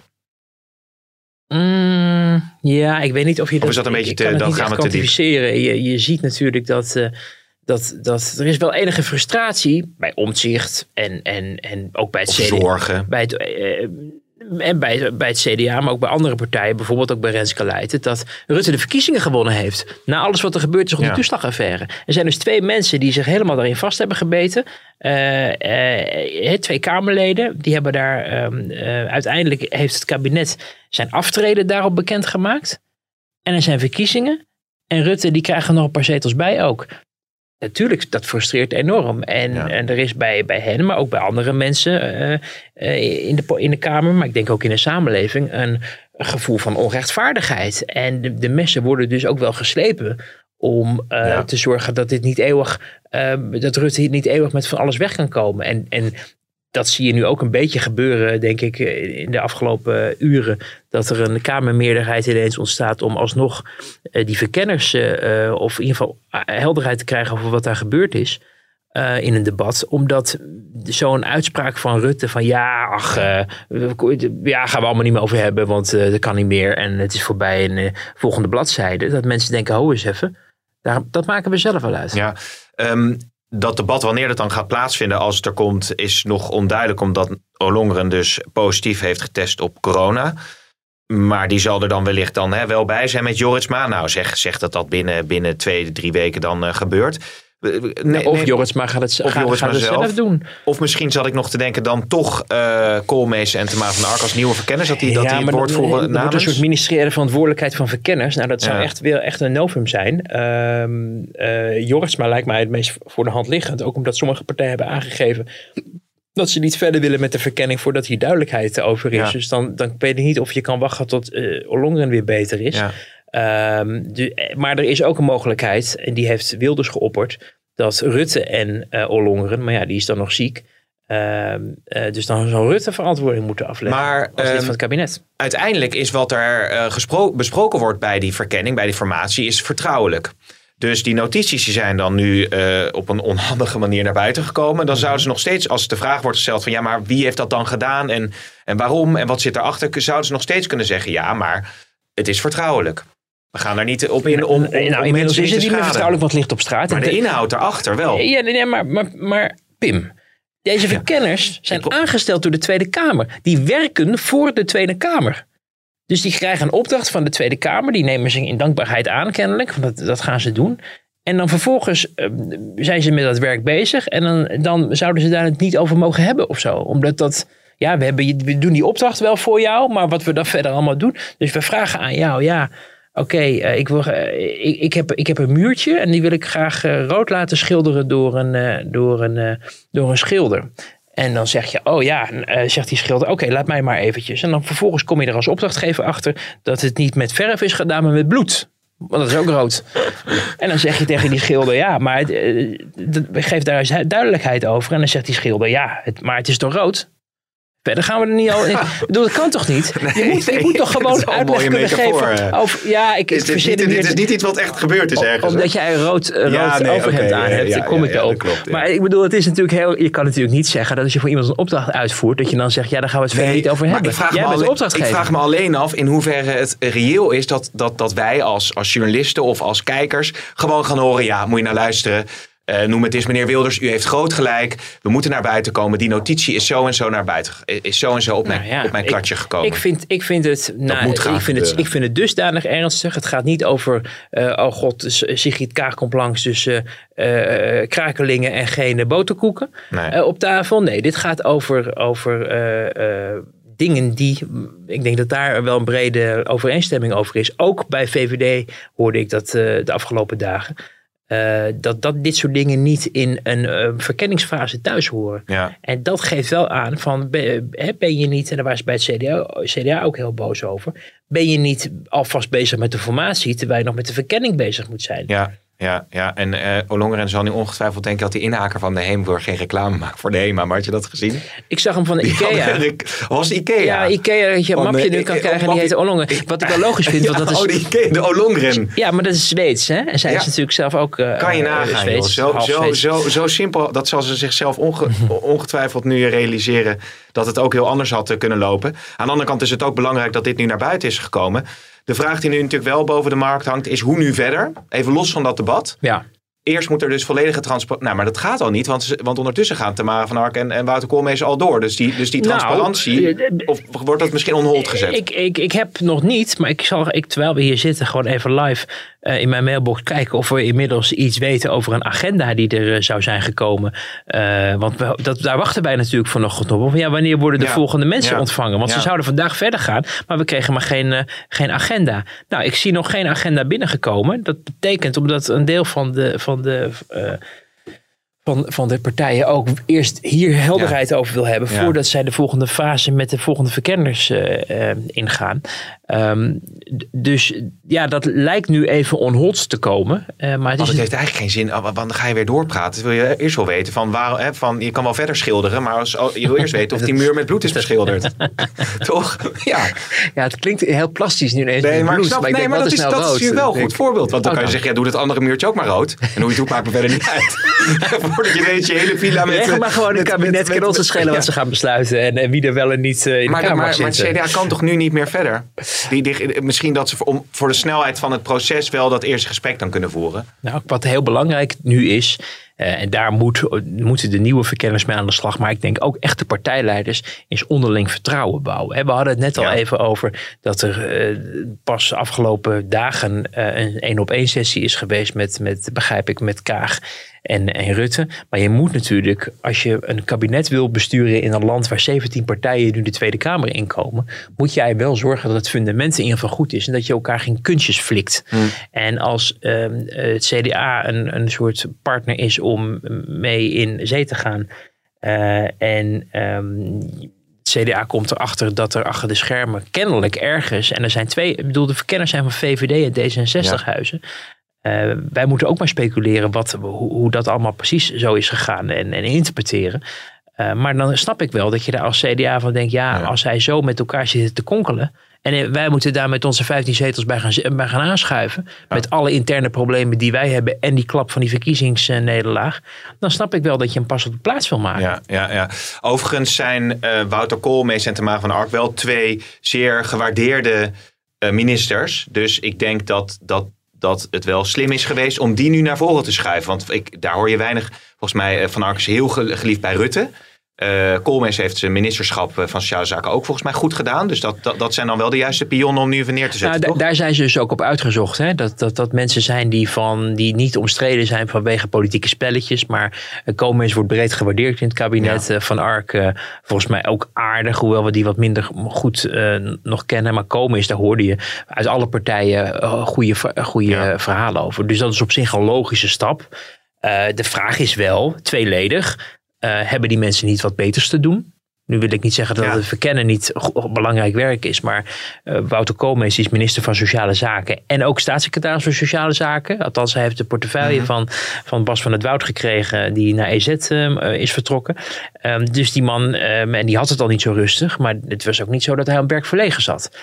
Ja, ik weet niet of je dat... Of is dat een beetje te... Dan gaan we kwantificeren. Je ziet natuurlijk dat er is wel enige frustratie bij Omtzigt en ook bij het CDA. Zorgen. Bij het CDA, maar ook bij andere partijen, bijvoorbeeld ook bij Renske Leijten, dat Rutte de verkiezingen gewonnen heeft. Na alles wat er gebeurd is rond de toeslagaffaire. Er zijn dus 2 mensen die zich helemaal daarin vast hebben gebeten. 2 Kamerleden, die hebben daar uiteindelijk heeft het kabinet zijn aftreden daarop bekendgemaakt. En er zijn verkiezingen. En Rutte die krijgt er nog een paar zetels bij ook. Natuurlijk, dat frustreert enorm. En er is bij hen, maar ook bij andere mensen in de Kamer, maar ik denk ook in de samenleving, een gevoel van onrechtvaardigheid. En de messen worden dus ook wel geslepen om te zorgen dat dit niet eeuwig, dat Rutte niet eeuwig met van alles weg kan komen. En dat zie je nu ook een beetje gebeuren, denk ik, in de afgelopen uren. Dat er een Kamermeerderheid ineens ontstaat om alsnog die verkenners, of in ieder geval helderheid te krijgen over wat daar gebeurd is in een debat. Omdat zo'n uitspraak van Rutte van gaan we allemaal niet meer over hebben, want dat kan niet meer en het is voorbij in de volgende bladzijde. Dat mensen denken, hou eens even. Dat maken we zelf wel uit. Ja, dat debat, wanneer dat dan gaat plaatsvinden als het er komt, is nog onduidelijk. Omdat Ollongren dus positief heeft getest op corona. Maar die zal er dan wellicht dan wel bij zijn met Jorritsma. Nou, zeg dat binnen 2-3 weken dan gebeurt. Jorritsma gaat het zelf doen. Of misschien zat ik nog te denken dan toch Koolmees en Tema van Ark als nieuwe verkenners. Dat die het woord voeren namens. Er wordt een soort ministeriële verantwoordelijkheid van verkenners. Nou, dat zou echt een novum zijn. Jorritsma lijkt mij het meest voor de hand liggend. Ook omdat sommige partijen hebben aangegeven dat ze niet verder willen met de verkenning voordat hier duidelijkheid over is. Ja. Dus dan weet ik niet of je kan wachten tot Ollongren weer beter is. Ja. Maar er is ook een mogelijkheid, en die heeft Wilders geopperd, dat Rutte en Ollongren, maar ja, die is dan nog ziek, dus dan zou Rutte verantwoording moeten afleggen als lid van het kabinet. Uiteindelijk is wat er besproken wordt bij die verkenning, bij die formatie, is vertrouwelijk. Dus die notities die zijn dan nu op een onhandige manier naar buiten gekomen. Dan zouden ze nog steeds, als de vraag wordt gesteld van maar wie heeft dat dan gedaan en waarom en wat zit erachter, zouden ze nog steeds kunnen zeggen maar het is vertrouwelijk. We gaan daar niet op in om inmiddels is het niet meer vertrouwelijk, want het ligt op straat. Maar de inhoud erachter wel. Ja, maar Pim, deze verkenners zijn aangesteld door de Tweede Kamer. Die werken voor de Tweede Kamer. Dus die krijgen een opdracht van de Tweede Kamer. Die nemen ze in dankbaarheid aan kennelijk. Dat gaan ze doen. En dan vervolgens zijn ze met dat werk bezig. En dan zouden ze daar het niet over mogen hebben of zo. Omdat dat... Ja, we doen die opdracht wel voor jou. Maar wat we dan verder allemaal doen. Dus we vragen aan jou, ik heb een muurtje en die wil ik graag rood laten schilderen door een schilder. En dan zeg je, zegt die schilder, oké, laat mij maar eventjes. En dan vervolgens kom je er als opdrachtgever achter dat het niet met verf is gedaan, maar met bloed. Want dat is ook rood. En dan zeg je tegen die schilder, maar geef daar eens duidelijkheid over. En dan zegt die schilder, maar het is toch rood? Verder gaan we er niet al in. Dat kan toch niet? Je moet toch gewoon uitleg kunnen geven. Dit is niet iets wat echt gebeurd is ergens. Omdat jij een rood overhemd aan hebt, dan kom ik erop. Klopt, maar ik bedoel, het is natuurlijk je kan natuurlijk niet zeggen dat als je voor iemand een opdracht uitvoert, dat je dan zegt, daar gaan we het verder niet over hebben. Ik vraag me alleen af in hoeverre het reëel is dat wij als journalisten of als kijkers gewoon gaan horen, moet je naar luisteren. Noem het eens meneer Wilders, u heeft groot gelijk. We moeten naar buiten komen. Die notitie is zo en zo naar buiten. Is zo en zo op mijn kladje gekomen. Ik vind het dusdanig ernstig. Het gaat niet over Sigrid Kaag komt langs, dus krakelingen en geen boterkoeken op tafel. Nee, dit gaat over dingen die, ik denk dat daar wel een brede overeenstemming over is. Ook bij VVD hoorde ik dat de afgelopen dagen. Dat dit soort dingen niet in een verkenningsfase thuis horen. Ja. En dat geeft wel aan van, ben je niet, en daar was bij het CDA ook heel boos over, ben je niet alvast bezig met de formatie, terwijl je nog met de verkenning bezig moet zijn. Ja. En Ollongren zal nu ongetwijfeld denken dat die inhaker van de HEMA geen reclame maakt voor de HEMA. Maar had je dat gezien? Ik zag hem van de IKEA. Was het IKEA? Ja, IKEA dat je een mapje nu kan krijgen en die heet Ollongren. Wat ik wel logisch vind. Want dat is, de IKEA, de Ollongren. Ja, maar dat is Zweeds. Hè? En zij is natuurlijk zelf ook kan je nagaan, Zweeds, zo simpel. Dat zal ze zichzelf ongetwijfeld nu realiseren dat het ook heel anders had kunnen lopen. Aan de andere kant is het ook belangrijk dat dit nu naar buiten is gekomen. De vraag die nu natuurlijk wel boven de markt hangt is hoe nu verder? Even los van dat debat. Ja. Eerst moet er dus volledige transparantie... Nou, maar dat gaat al niet, want ondertussen gaan Tamara van Ark en Wouter Koolmees al door. Dus die transparantie, of wordt dat misschien on hold gezet? Ik heb nog niet, maar terwijl we hier zitten, gewoon even live in mijn mailbox kijken of we inmiddels iets weten over een agenda die er zou zijn gekomen. Want daar wachten wij natuurlijk vanochtend op. Ja, wanneer worden de volgende mensen ontvangen? Want ze zouden vandaag verder gaan, maar we kregen maar geen agenda. Nou, ik zie nog geen agenda binnengekomen. Dat betekent, omdat een deel van de partijen ook eerst hier helderheid over wil hebben voordat zij de volgende fase met de volgende verkenners ingaan. Dus ja, dat lijkt nu even on hold te komen. Maar het heeft eigenlijk geen zin, want dan ga je weer doorpraten. Dat wil je eerst wel weten van je kan wel verder schilderen, maar je wil eerst weten of die muur met bloed is beschilderd. Toch? Ja, het klinkt heel plastisch nu ineens. Nee, maar dat is natuurlijk wel een goed voorbeeld. Want dan kan je zeggen, doe dat andere muurtje ook maar rood. En hoe je het doet maakt me verder niet uit. Voordat je weet, je hele villa met... Regel maar gewoon een kabinet, kan ons schelen wat ze gaan besluiten. En wie er wel en niet in de Kamer mag zitten. Maar het CDA kan toch nu niet meer verder? Misschien dat ze voor de snelheid van het proces wel dat eerste gesprek dan kunnen voeren. Nou, wat heel belangrijk nu is, en daar moeten de nieuwe verkenners mee aan de slag, maar ik denk ook echt de partijleiders, is onderling vertrouwen bouwen. We hadden het net al even over dat er pas afgelopen dagen een 1-op-1 sessie is geweest met Kaag en Rutte. Maar je moet natuurlijk, als je een kabinet wil besturen in een land waar 17 partijen nu de Tweede Kamer inkomen, moet jij wel zorgen dat het fundament in ieder geval goed is en dat je elkaar geen kunstjes flikt. En als het CDA een soort partner is om mee in zee te gaan het CDA komt erachter dat er achter de schermen kennelijk ergens, en er zijn de verkenners zijn van VVD en D66-huizen. Wij moeten ook maar speculeren hoe dat allemaal precies zo is gegaan en interpreteren. Maar dan snap ik wel dat je daar als CDA van denkt, als zij zo met elkaar zitten te konkelen en wij moeten daar met onze 15 zetels bij gaan aanschuiven, met alle interne problemen die wij hebben en die klap van die verkiezingsnederlaag, dan snap ik wel dat je een pas op de plaats wil maken. Ja. Overigens zijn Wouter Koolmees en Tamara van Ark wel twee zeer gewaardeerde ministers. Dus ik denk dat het wel slim is geweest om die nu naar voren te schuiven. Want daar hoor je weinig. Volgens mij Van Ark is heel geliefd bij Rutte. Koolmees heeft zijn ministerschap van Sociale Zaken ook volgens mij goed gedaan. Dus dat zijn dan wel de juiste pionnen om nu even neer te zetten. Nou, daar zijn ze dus ook op uitgezocht. Hè? Dat mensen zijn die niet omstreden zijn vanwege politieke spelletjes. Maar Koolmees wordt breed gewaardeerd in het kabinet. Van Ark volgens mij ook aardig. Hoewel we die wat minder goed nog kennen. Maar Koolmees, daar hoorde je uit alle partijen goede verhalen over. Dus dat is op zich een logische stap. De vraag is wel tweeledig. Hebben die mensen niet wat beters te doen? Nu wil ik niet zeggen dat het verkennen niet belangrijk werk is. Maar Wouter Koolmees is minister van Sociale Zaken. En ook staatssecretaris van Sociale Zaken. Althans, hij heeft de portefeuille van Bas van het Woud gekregen. Die naar EZ is vertrokken. Dus die man, en die had het al niet zo rustig. Maar het was ook niet zo dat hij aan werk verlegen zat.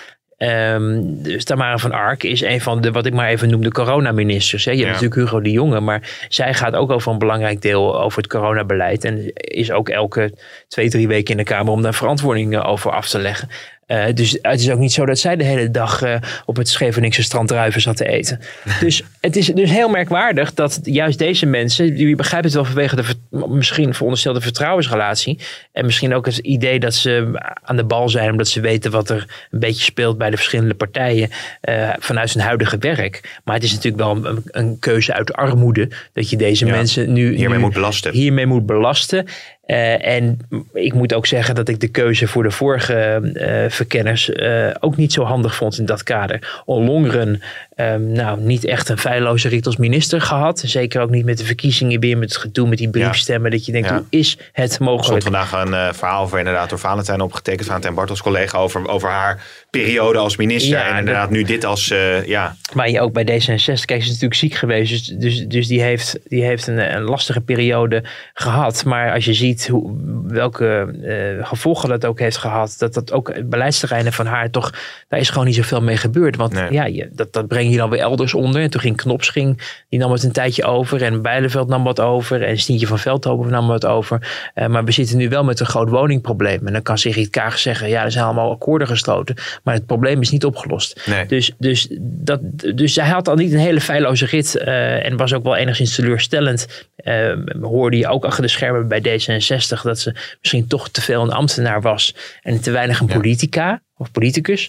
Dus Tamara van Ark is een van de, wat ik maar even noem, de coronaministers. Je hebt natuurlijk Hugo de Jonge, maar zij gaat ook over een belangrijk deel over het coronabeleid. En is ook elke 2-3 weken in de Kamer om daar verantwoording over af te leggen. Dus het is ook niet zo dat zij de hele dag op het Scheveningse strand druiven zat te eten. Dus het is dus heel merkwaardig dat juist deze mensen, die begrijpen het wel vanwege de misschien veronderstelde vertrouwensrelatie. En misschien ook het idee dat ze aan de bal zijn omdat ze weten wat er een beetje speelt bij de verschillende partijen vanuit hun huidige werk. Maar het is natuurlijk wel een keuze uit armoede dat je deze mensen nu hiermee moet belasten. En ik moet ook zeggen dat ik de keuze voor de vorige verkenners ook niet zo handig vond in dat kader. Ollongren, niet echt een feilloze rit als minister gehad. Zeker ook niet met de verkiezingen weer, met het gedoe met die briefstemmen. Dat je denkt, hoe is het mogelijk? Er stond vandaag een verhaal voor inderdaad door Valentijn opgetekend. Valentijn Bartels, collega, over haar periode als minister. En inderdaad nu dit als... Maar je ook bij D66, kijk, ze is natuurlijk ziek geweest. Dus die heeft een lastige periode gehad. Maar als je ziet welke gevolgen dat ook heeft gehad. Dat ook beleidsterreinen van haar toch... Daar is gewoon niet zoveel mee gebeurd. Want dat breng je dan weer elders onder. En toen ging Knops, die nam het een tijdje over. En Bijleveld nam wat over. En Stientje van Veldhoven nam wat over. Maar we zitten nu wel met een groot woningprobleem. En dan kan Sigrid Kaag zeggen, er zijn allemaal akkoorden gesloten. Maar het probleem is niet opgelost. Nee. Dus hij had al niet een hele feilloze rit. En was ook wel enigszins teleurstellend. Hoorde je ook achter de schermen bij D66 dat ze misschien toch te veel een ambtenaar was. En te weinig een politica. Of politicus.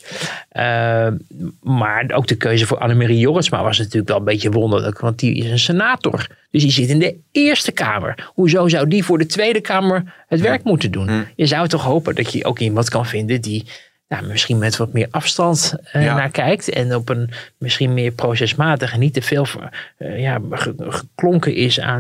Maar ook de keuze voor Annemarie Jorritsma was natuurlijk wel een beetje wonderlijk. Want die is een senator. Dus die zit in de Eerste Kamer. Hoezo zou die voor de Tweede Kamer het werk moeten doen? Je zou toch hopen dat je ook iemand kan vinden die misschien met wat meer afstand naar kijkt. En op een misschien meer procesmatig en niet te veel geklonken is aan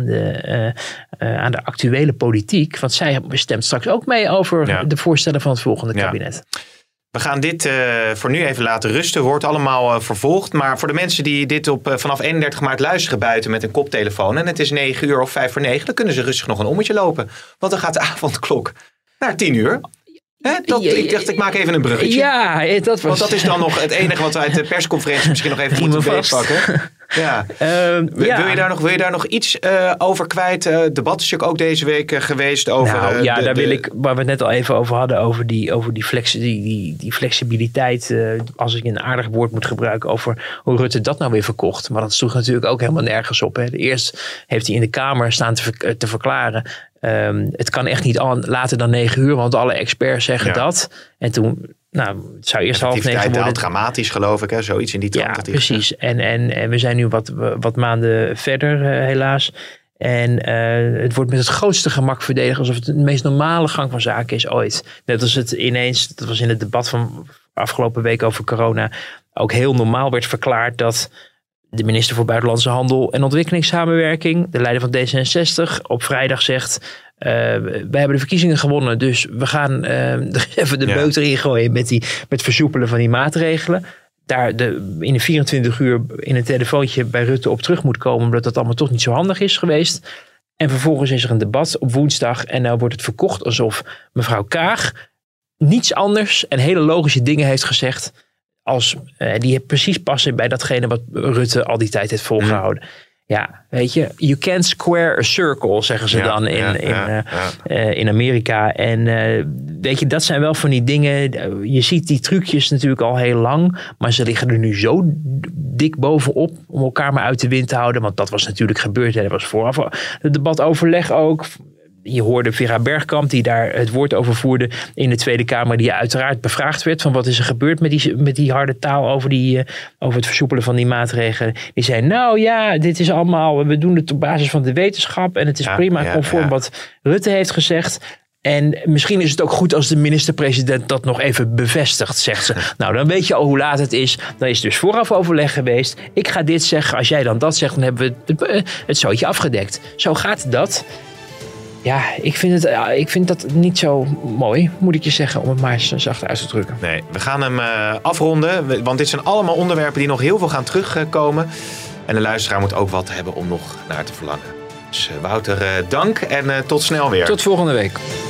de actuele politiek. Want zij stemt straks ook mee over de voorstellen van het volgende kabinet. We gaan dit voor nu even laten rusten. Wordt allemaal vervolgd. Maar voor de mensen die dit vanaf 31 maart luisteren buiten met een koptelefoon. En het is 9 uur of 9:55. Dan kunnen ze rustig nog een ommetje lopen. Want dan gaat de avondklok naar 10 uur. Ik dacht, ik maak even een bruggetje. Ja, want dat is dan nog het enige wat we uit de persconferentie misschien nog even moeten beetpakken. Ja. Wil je daar nog iets over kwijt? Het debat is natuurlijk ook deze week geweest over... waar we het net al even over hadden, over die flexibiliteit. Als ik een aardig woord moet gebruiken, over hoe Rutte dat nou weer verkocht. Maar dat sloeg natuurlijk ook helemaal nergens op. Hè. Eerst heeft hij in de Kamer staan te verklaren... het kan echt niet later dan 9 uur, want alle experts zeggen dat. En toen, het zou eerst 8:30 worden. Dramatisch, geloof ik, hè? Zoiets in die trant. Ja, precies. En we zijn nu wat maanden verder, helaas. En het wordt met het grootste gemak verdedigd, alsof het de meest normale gang van zaken is ooit. Net als het ineens, dat was in het debat van afgelopen week over corona, ook heel normaal werd verklaard dat de minister voor Buitenlandse Handel en Ontwikkelingssamenwerking, de leider van D66, op vrijdag zegt... wij hebben de verkiezingen gewonnen, dus we gaan er even de boter in gooien met het versoepelen van die maatregelen. Daar in de 24 uur in een telefoontje bij Rutte op terug moet komen, omdat dat allemaal toch niet zo handig is geweest. En vervolgens is er een debat op woensdag en nou wordt het verkocht alsof mevrouw Kaag niets anders en hele logische dingen heeft gezegd als die precies passen bij datgene wat Rutte al die tijd heeft volgehouden. Ja, weet je, you can't square a circle, zeggen ze dan in Amerika. En weet je, dat zijn wel van die dingen. Je ziet die trucjes natuurlijk al heel lang, maar ze liggen er nu zo dik bovenop om elkaar maar uit de wind te houden. Want dat was natuurlijk gebeurd. Hè. Dat was vooraf het debatoverleg ook. Je hoorde Vera Bergkamp, die daar het woord over voerde in de Tweede Kamer, die uiteraard bevraagd werd van wat is er gebeurd met die harde taal over het versoepelen van die maatregelen. Die zei, dit is allemaal, we doen het op basis van de wetenschap en het is prima conform wat Rutte heeft gezegd. En misschien is het ook goed als de minister-president dat nog even bevestigt, zegt ze. Nou, dan weet je al hoe laat het is. Dan is dus vooraf overleg geweest. Ik ga dit zeggen, als jij dan dat zegt, dan hebben we het zootje afgedekt. Zo gaat dat. Ja, ik vind dat niet zo mooi, moet ik je zeggen, om het maar eens zacht uit te drukken. Nee, we gaan hem afronden, want dit zijn allemaal onderwerpen die nog heel veel gaan terugkomen. En de luisteraar moet ook wat hebben om nog naar te verlangen. Dus Wouter, dank en tot snel weer. Tot volgende week.